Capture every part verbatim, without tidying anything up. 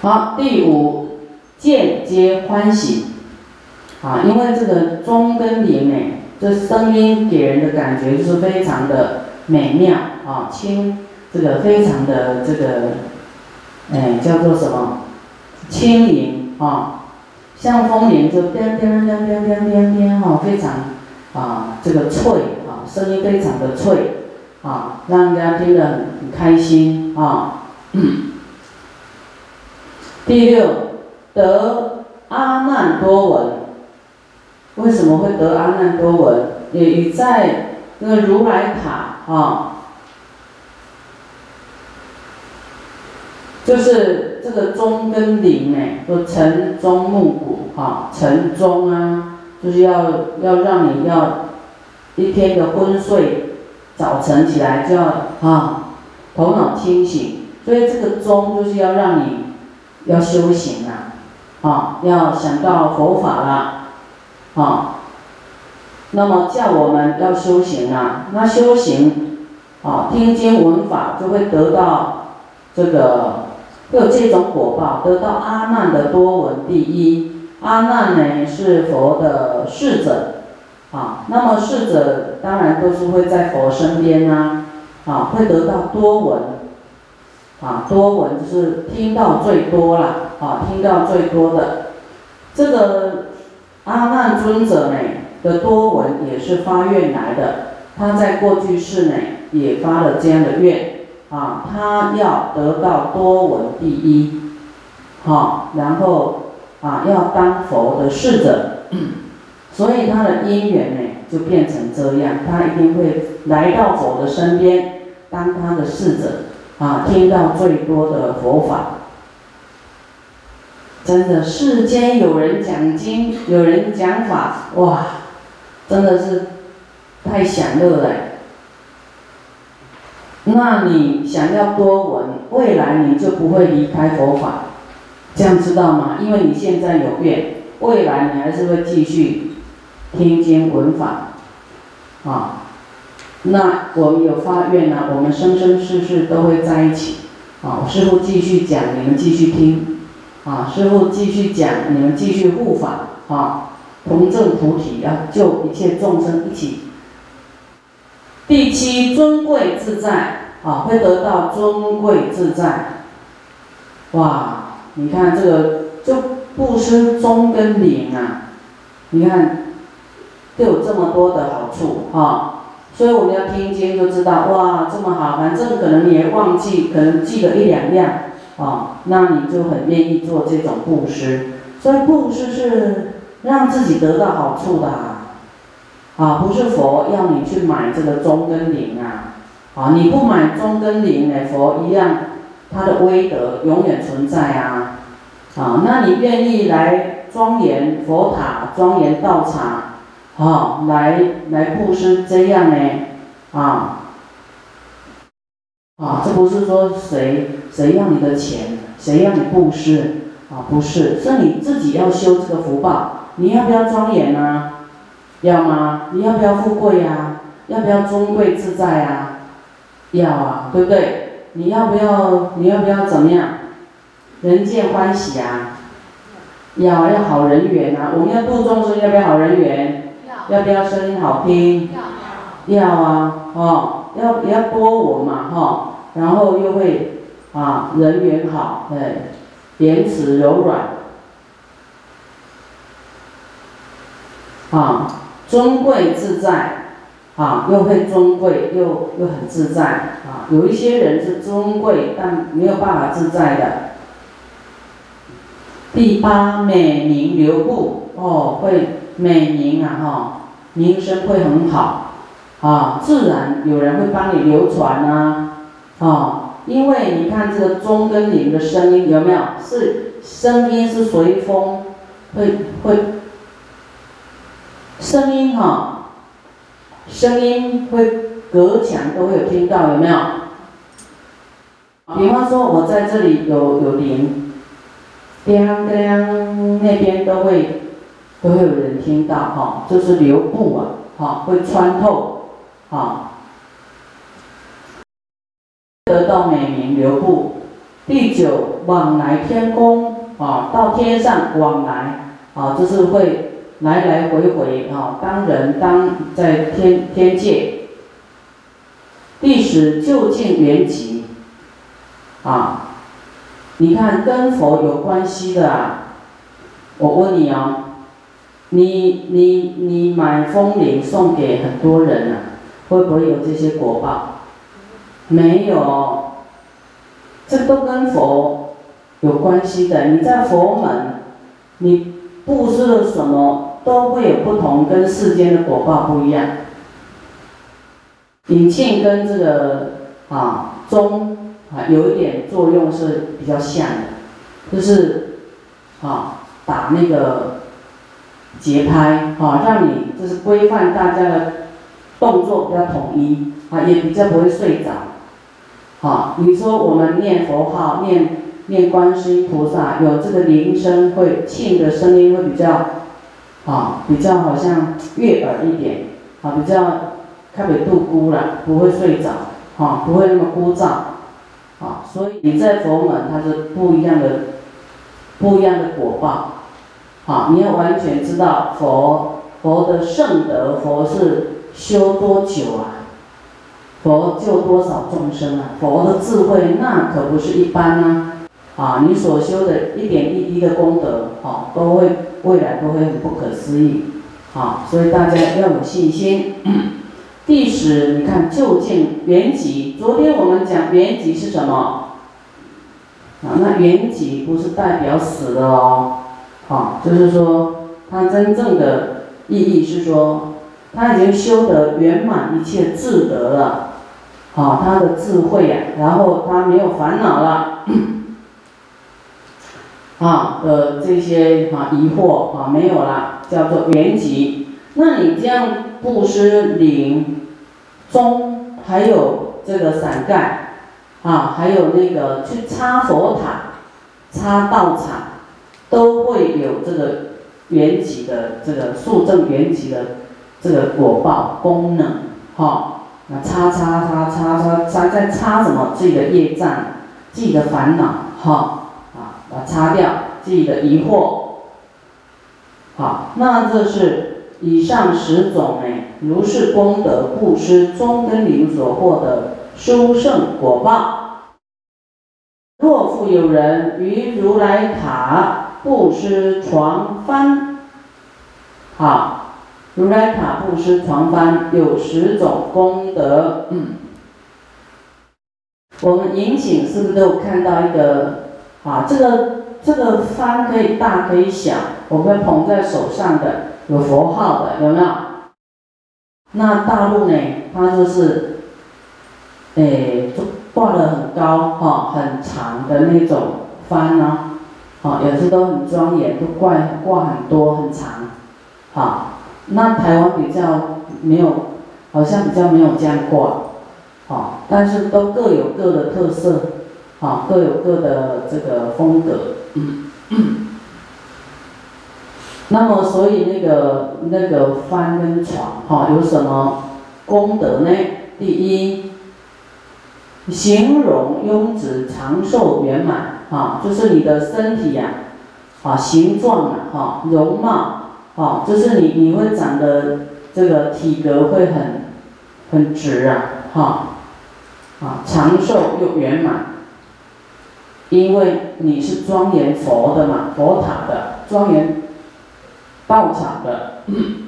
好，第五，见皆欢喜。啊，因为这个钟跟铃呢，这声音给人的感觉就是非常的美妙啊，轻，这个非常的这个，哎，叫做什么？轻盈啊，像风铃就叮叮叮叮叮叮叮哈，非常啊这个脆啊，声音非常的脆啊，让人家听得很很开心啊。第六，得阿难多闻。为什么会得阿难多闻？也与在那个如来塔啊，就是这个钟跟铃呢，说晨钟暮鼓啊，晨钟啊，就是要要让你要一天的昏睡，早晨起来就要啊头脑清醒，所以这个钟就是要让你要修行啊，啊要想到佛法啦。啊，那么叫我们要修行啊，那修行啊，听经闻法就会得到这个，会有这种果报，得到阿难的多闻第一。阿难呢是佛的侍者，啊，那么侍者当然都是会在佛身边啊，啊，会得到多闻，啊，多闻就是听到最多啦，啊，听到最多的这个。阿难尊者呢的多闻也是发愿来的，他在过去世呢也发了这样的愿啊，他要得到多闻第一，好、啊，然后啊要当佛的侍者，所以他的因缘呢就变成这样，他一定会来到佛的身边当他的侍者啊，听到最多的佛法。真的，世间有人讲经，有人讲法，哇，真的是太享乐了。那你想要多闻，未来你就不会离开佛法，这样知道吗？因为你现在有愿，未来你还是会继续听经闻法，啊，那我们有发愿啊，我们生生世世都会在一起，啊，师父继续讲，你们继续听。啊，师父继续讲，你们继续护法啊，同证菩提啊，救一切众生一起。第七，尊贵自在啊，会得到尊贵自在。哇，你看这个就布施钟跟铃啊，你看都有这么多的好处啊，所以我们要听经就知道，哇，这么好，反正可能你也忘记，可能记了一两样。啊，那你就很愿意做这种布施，所以布施是让自己得到好处的啊，啊，不是佛要你去买这个钟跟铃啊，啊，你不买钟跟铃呢，佛一样，它的威德永远存在啊，啊，那你愿意来庄严佛塔、庄严道场，啊，来来布施这样呢，啊。啊，这不是说谁谁要你的钱，谁要你布施啊？不是，是你自己要修这个福报。你要不要庄严啊？要吗？你要不要富贵啊？要不要尊贵自在啊？要啊，对不对？你要不要？你要不要怎么样？人见欢喜啊？要啊，要好人缘啊！我们要度众生，要不要好人缘？要。要不要声音好听？要。要啊，哦。要也要多闻嘛，哈，然后又会啊人缘好，哎，言辞柔软，啊尊贵自在，啊又会尊贵又又很自在，啊有一些人是尊贵但没有办法自在的。第八，美名流布，哦会美名啊哈，名声会很好。啊，自然有人会帮你流传啊，啊，因为你看这个钟跟铃的声音有没有？是声音是随风，会会，声音哈、啊，声音会隔墙都会有听到，有没有？比方说我在这里有有铃，叮叮那边都会都会有人听到哈，就是流布啊，哈会穿透。啊，得到美名流布， 第九，往来天宫啊，到天上往来啊，就是会来来回回啊，当人当在天天界。第十，就近圆寂啊，你看跟佛有关系的啊，我问你哦，你你你买风铃送给很多人啊，会不会有这些果报？没有，这都跟佛有关系的。你在佛门，你布施了什么，都会有不同，跟世间的果报不一样。引磬跟这个啊钟啊有一点作用是比较像的，就是啊打那个节拍啊，让你就是规范大家的动作比较统一啊，也比较不会睡着。啊，你说我们念佛号，念念观世音菩萨，有这个铃声会磬的声音会比较啊比较好像悦耳一点啊，比较较袂度孤啦，不会睡着，哈、不会那么枯燥，啊，所以你在佛门它是不一样的，不一样的果报，啊，你要完全知道佛佛的圣德，佛是修多久啊？佛救多少众生啊？佛的智慧那可不是一般啊！啊，你所修的一点一滴的功德，啊，都会未来都会很不可思议，啊，所以大家要有信心。第十，你看就近圆寂。昨天我们讲圆寂是什么？啊，那圆寂不是代表死了哦，啊，就是说它真正的意义是说，他已经修得圆满一切智德了，啊，他的智慧啊，然后他没有烦恼了，啊的这些啊疑惑啊没有了，叫做圆寂。那你这样布施铃、钟，还有这个伞盖，啊，还有那个去擦佛塔、擦道场，都会有这个圆寂的这个速证圆寂的这个果报功能，哈，那擦擦擦擦擦擦，在擦什么？自己的业障、自己的烦恼，哈，啊，把它擦掉，自己的疑惑，好，那这是。以上十种哎，如是功德布施钟跟铃所获的殊胜果报。若复有人于如来塔布施床幡，好，如来塔布施床幡有十种功德。嗯，我们引请是不是都有看到一个啊？这个这个幡可以大可以小，我们捧在手上的。有佛号的有没有？那大陆呢？它就是，诶，挂得很高哈、哦，很长的那种幡啊，哦，有些都很庄严，都挂挂很多很长，好、哦，那台湾比较没有，好像比较没有这样挂，好、哦，但是都各有各的特色，好、哦，各有各的这个风格，嗯。那么，所以那个那个幡跟床哈、哦、有什么功德呢？第一，形容雍直、长寿圆满啊，就是你的身体呀、啊，啊形状啊，哈容貌啊，就是你你会长得这个体格会很很直啊，哈啊长寿又圆满，因为你是庄严佛的嘛，佛塔的庄严。道场的，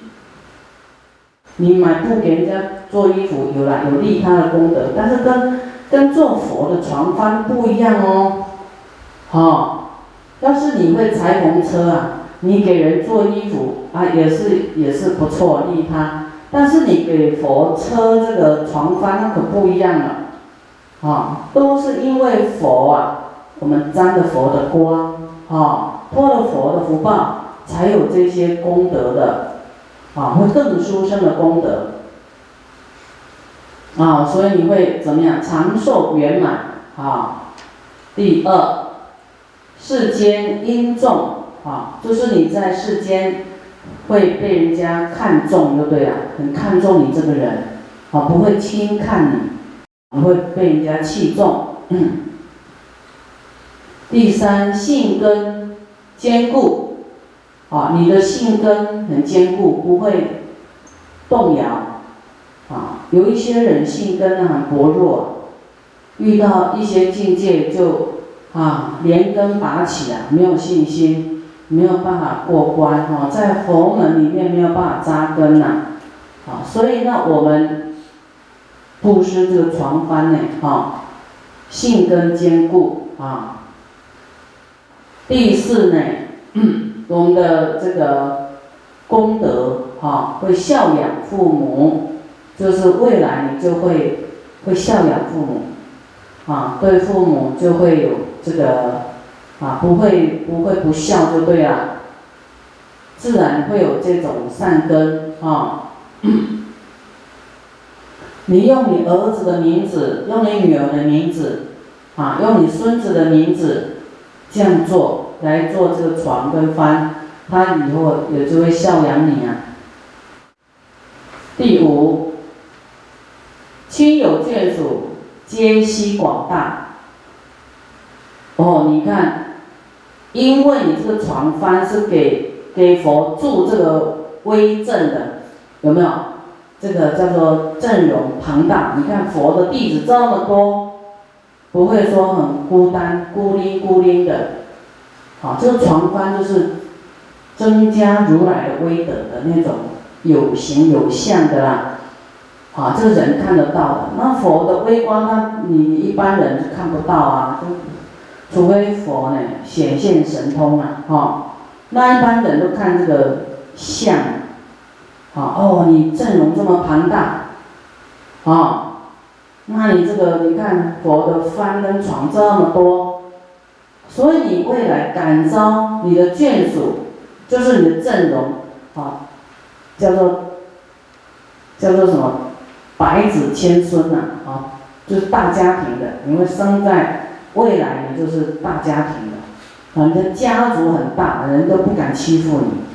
你买布给人家做衣服，有啦，有利他的功德，但是跟跟做佛的床幡不一样哦。好、哦，要是你会裁缝车啊，你给人做衣服啊，也是也是不错，利他。但是你给佛车这个床幡，那可不一样了。啊、哦，都是因为佛啊，我们沾了佛的光，啊、哦，托了佛的福报。才有这些功德的，啊，会更殊胜的功德，啊，所以你会怎么样？长寿圆满，啊。第二，世间殷重，啊，就是你在世间会被人家看重，就对了，很看重你这个人，啊，不会轻看你，你会被人家器重，嗯。 第三，性根坚固，啊，你的性根很坚固，不会动摇。啊，有一些人性根呢很薄弱，遇到一些境界就啊连根拔起啊，没有信心，没有办法过关哈、啊，在佛门里面没有办法扎根呐、啊。啊，所以呢，我们布施这个床幡呢，啊，性根坚固啊。第四呢，我们的这个功德啊，会孝养父母，就是未来你就会会孝养父母，啊，对父母就会有这个啊，不会不会不孝就对了，自然会有这种善根啊。你用你儿子的名字，用你女儿的名字，啊，用你孙子的名字，这样做来做这个床跟幡，他以后也就会孝养你啊。第五，亲友眷属皆悉广大。哦，你看，因为你这个床幡是给给佛助这个威震的，有没有？这个叫做阵容庞大。你看佛的弟子这么多，不会说很孤单、孤零孤零的。好，这个床幡就是增加如来的威德的那种有形有相的啦。啊，这个人看得到的。那佛的微光，他你一般人是看不到啊，除非佛呢显现神通啊，哈、哦，那一般人都看这个相。啊哦，你阵容这么庞大，啊，那你这个你看佛的幡跟床这么多，所以你未来感召你的眷属，就是你的阵容，啊，叫做叫做什么百子千孙呐、啊，啊，就是大家庭的，你会生在未来你就是大家庭的，啊，你的家族很大，人都不敢欺负你。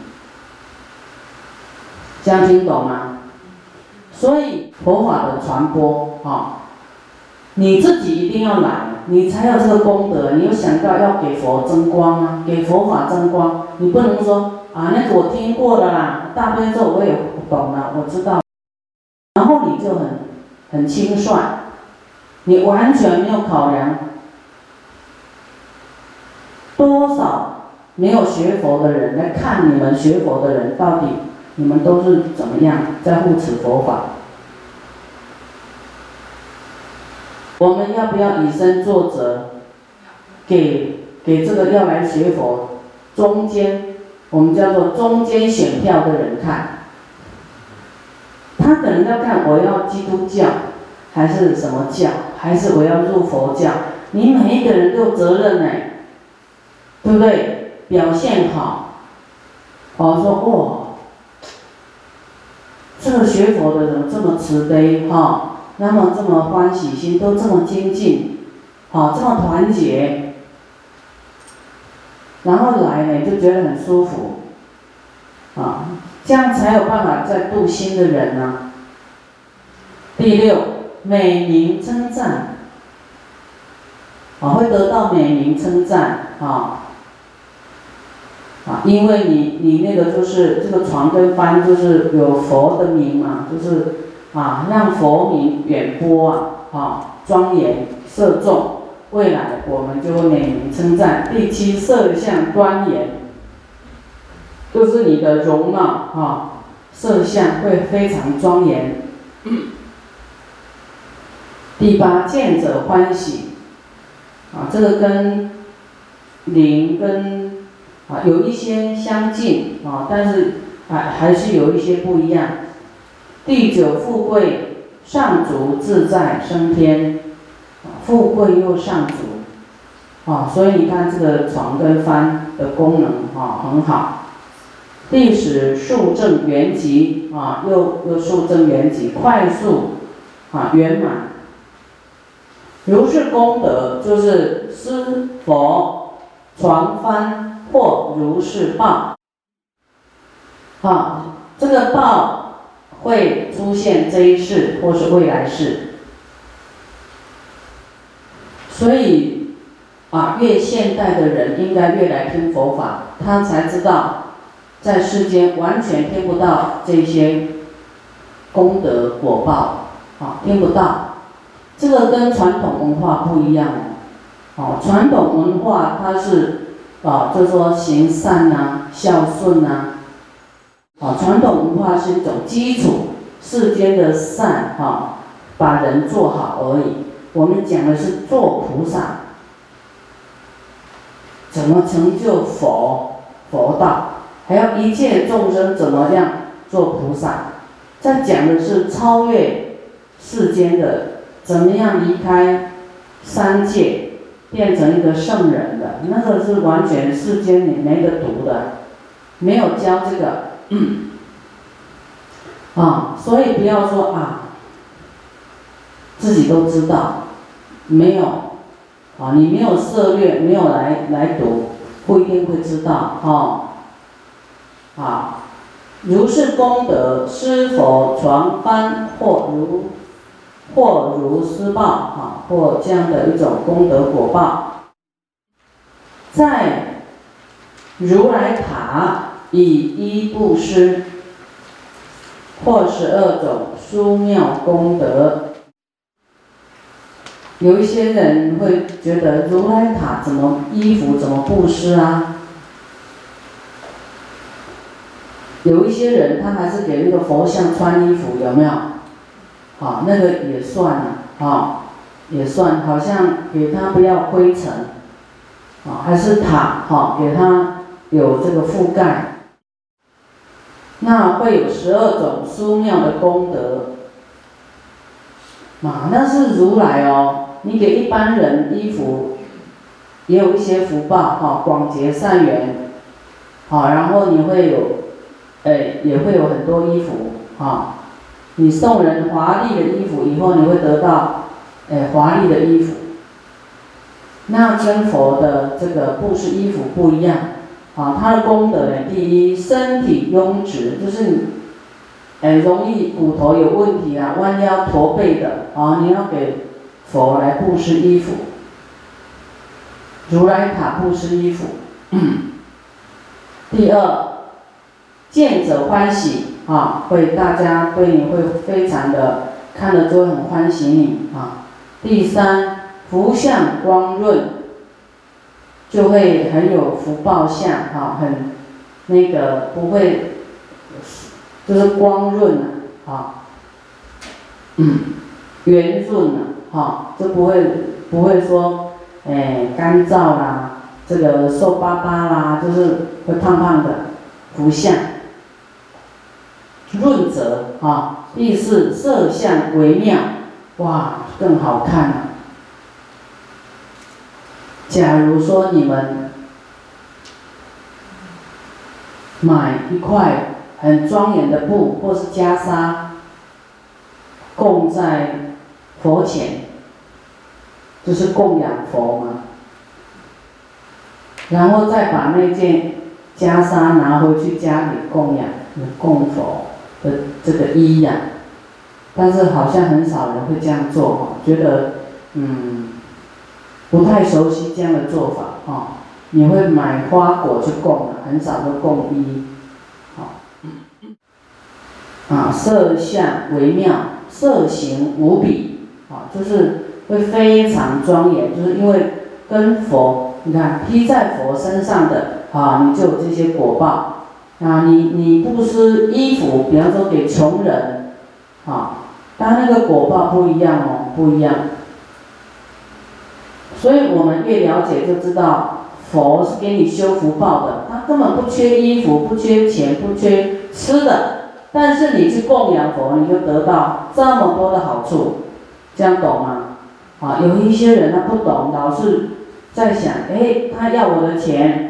这样听懂吗？所以佛法的传播啊，你自己一定要来，你才有这个功德。你有想到要给佛增光啊，给佛法增光。你不能说啊，那个我听过了啦，大悲咒我也懂了，我知道。然后你就很很轻率，你完全没有考量多少没有学佛的人来看你们学佛的人到底。你们都是怎么样在护持佛法？我们要不要以身作则，给给这个要来学佛中间，我们叫做中间选票的人看？他可能要看我要基督教，还是什么教，还是我要入佛教？你每一个人都有责任呢，对不对？表现好，哦，说哇。这个学佛的人这么慈悲哈、哦，那么这么欢喜心，都这么精进，好、哦，这么团结，然后来呢就觉得很舒服，啊、哦，这样才有办法再度新的人呢、啊。第六，美名称赞，啊、哦，会得到美名称赞啊。哦啊，因为你你那个就是这个床跟幡就是有佛的名嘛，就是啊让佛名远播啊，啊庄严摄众，未来我们就会美名称赞。第七，色相端严，就是你的容貌啊色相会非常庄严。第八，见者欢喜，啊这个跟灵跟啊，有一些相近啊，但是还还是有一些不一样。第九，富贵上足自在升天，啊，富贵又上足，啊，所以你看这个床跟幡的功能啊很好。第十，速证圆寂啊，又又速证圆寂，快速啊圆满。如是功德，就是施佛床幡。或如是报，啊，这个报会出现这一世或是未来世，所以啊，越现代的人应该越来听佛法，他才知道，在世间完全听不到这些功德果报，啊，听不到。这个跟传统文化不一样哦，传统文化它是啊，就是说行善啊、孝顺啊，啊，传统文化是一种基础，世间的善啊，把人做好而已。我们讲的是做菩萨，怎么成就佛佛道，还要一切众生怎么样做菩萨。在讲的是超越世间的，怎么样离开三界，变成一个圣人的，那个是完全世间你没得读的，没有教这个，嗯，啊，所以不要说啊，自己都知道，没有，啊，你没有涉略，没有来来读，不一定会知道，哈，啊，如是功德，施佛传翻，或如或如施报，啊，或这样的一种功德果报。在如来塔以衣布施，或十二种殊妙功德。有一些人会觉得如来塔怎么衣服怎么布施啊？有一些人他还是给那个佛像穿衣服，有没有？啊，那个也算了，啊，也算，好像给他不要灰尘，啊，还是塔，哈，给他有这个覆盖。那会有十二种殊妙的功德，啊，那是如来哦。你给一般人衣服，也有一些福报，哈，广结善缘，好，然后你会有，哎，也会有很多衣服，哈。你送人华丽的衣服以后，你会得到，哎，华丽的衣服。那跟佛的这个布施衣服不一样，啊，它的功德呢，第一，身体臃直，就是你，哎，容易骨头有问题啊，弯腰驼背的，啊，你要给佛来布施衣服，如来塔布施衣服。第二，见者欢喜。啊，会大家对你会非常的看了就会很欢喜你啊。第三，福相光润，就会很有福报相啊，很那个不会就是光润啊，啊，嗯，圆润啊，哈，就不会不会说哎干燥啦，这个瘦巴巴啦，就是会胖胖的福相。润泽啊，第四，色相微妙，哇，更好看了。假如说你们买一块很庄严的布或是袈裟，供在佛前，就是供养佛嘛，然后再把那件袈裟拿回去家里供养供佛的这个衣呀、啊，但是好像很少人会这样做哈，觉得嗯不太熟悉这样的做法哈。你会买花果去供了，很少会供衣，好，啊，色相微妙，色形无比，啊，就是会非常庄严，就是因为跟佛，你看披在佛身上的啊，你就有这些果报。啊，你你布施衣服，比方说给穷人，啊，但那个果报不一样哦，不一样。所以我们越了解就知道，佛是给你修福报的，他根本不缺衣服，不缺钱，不缺吃的，但是你去供养佛，你就得到这么多的好处，这样懂吗？啊，有一些人他不懂，老是在想，哎，他要我的钱。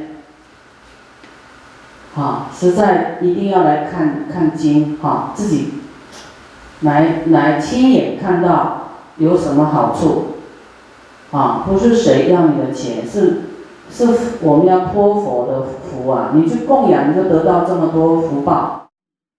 啊，实在一定要来看看经，哈，自己来来亲眼看到有什么好处，啊，不是谁要你的钱，是是我们要托佛的福啊，你去供养，你就得到这么多福报，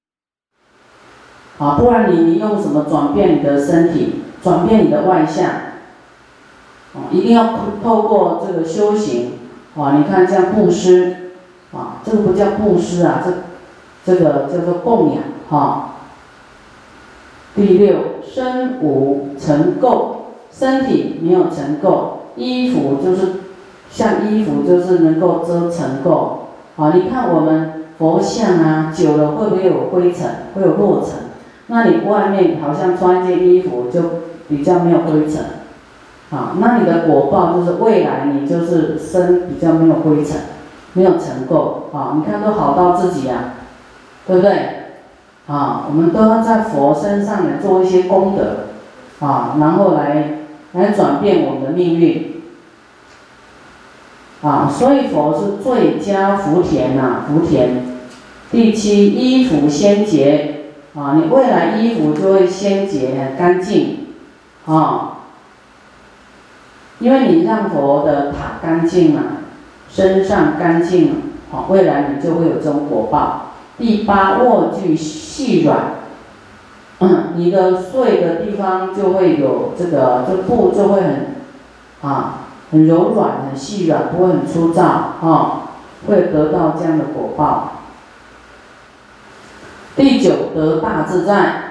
啊，不然你你用什么转变你的身体，转变你的外相， 啊，一定要透过这个修行，啊，你看像布施，啊，这个不叫布施啊，这这个叫做供养，哈。第六，身无尘垢，身体没有尘垢，衣服就是像衣服就是能够遮尘垢，啊，你看我们佛像啊，久了会不会有灰尘，会有落尘？那你外面好像穿一件衣服就比较没有灰尘。啊，那你的果报就是未来你就是身比较没有灰尘，没有尘垢啊，你看都好到自己啊，对不对？啊，我们都要在佛身上来做一些功德，啊，然后来来转变我们的命运，啊，所以佛是最佳福田呐、啊，福田。第七，衣服先洁，啊，你未来衣服就会先洁干净，啊。因为你让佛的塔干净了，身上干净了，好，未来你就会有这种果报。第八，卧具细软，嗯，你的睡的地方就会有这个，这布就会很啊很柔软、很细软，不会很粗糙啊，会得到这样的果报。第九，得大自在。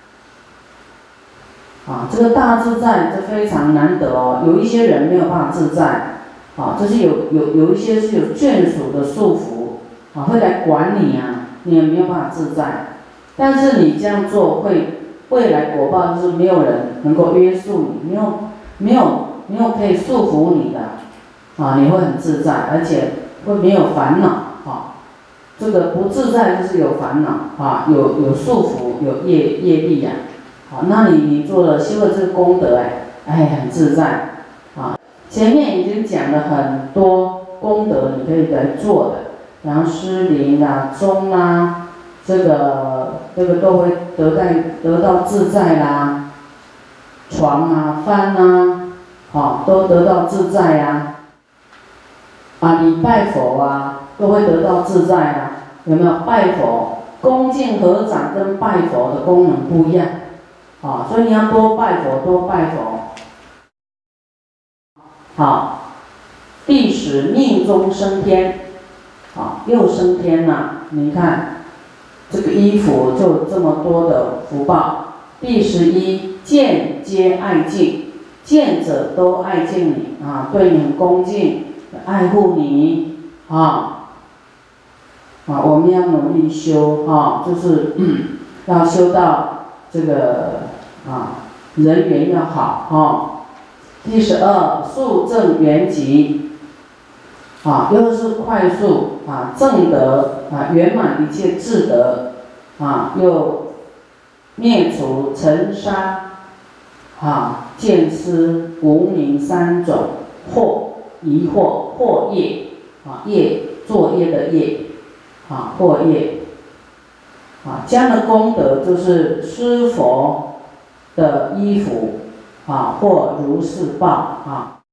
啊，这个大自在这非常难得哦，有一些人没有办法自在，啊，就是有有有一些是有眷属的束缚，啊，会来管你啊，你也没有办法自在。但是你这样做会，未来果报就是没有人能够约束你，没有没有没有可以束缚你的，啊，你会很自在，而且会没有烦恼，啊，这个不自在就是有烦恼，啊，有有束缚，有业业力呀。好，那你你做了修了这个功德，哎，哎，很自在，啊，前面已经讲了很多功德，你可以来做的，然后施灵啊、钟啊，这个这个都会得在得到自在啦，床啊、幡啊，好，都得到自在呀，啊，礼拜佛啊，都会得到自在啊，有没有？拜佛、恭敬合掌跟拜佛的功能不一样。啊，所以你要多拜佛，多拜佛。好，第十，命中升天，啊，又升天了。你看，这个衣服就有这么多的福报。第十一，见皆爱敬，见者都爱敬你啊，对你很恭敬，爱护你啊。啊，我们要努力修啊，就是嗯，要修到这个。啊，人缘要好哈、哦。第十二，速证圆寂，啊，又是快速啊，证得啊，圆满一切智德，啊，又灭除尘沙，啊，见思无明三种惑疑惑惑业，啊，业作业的业，啊，惑业，啊，这样的功德就是施佛的衣服，啊，或如是报啊。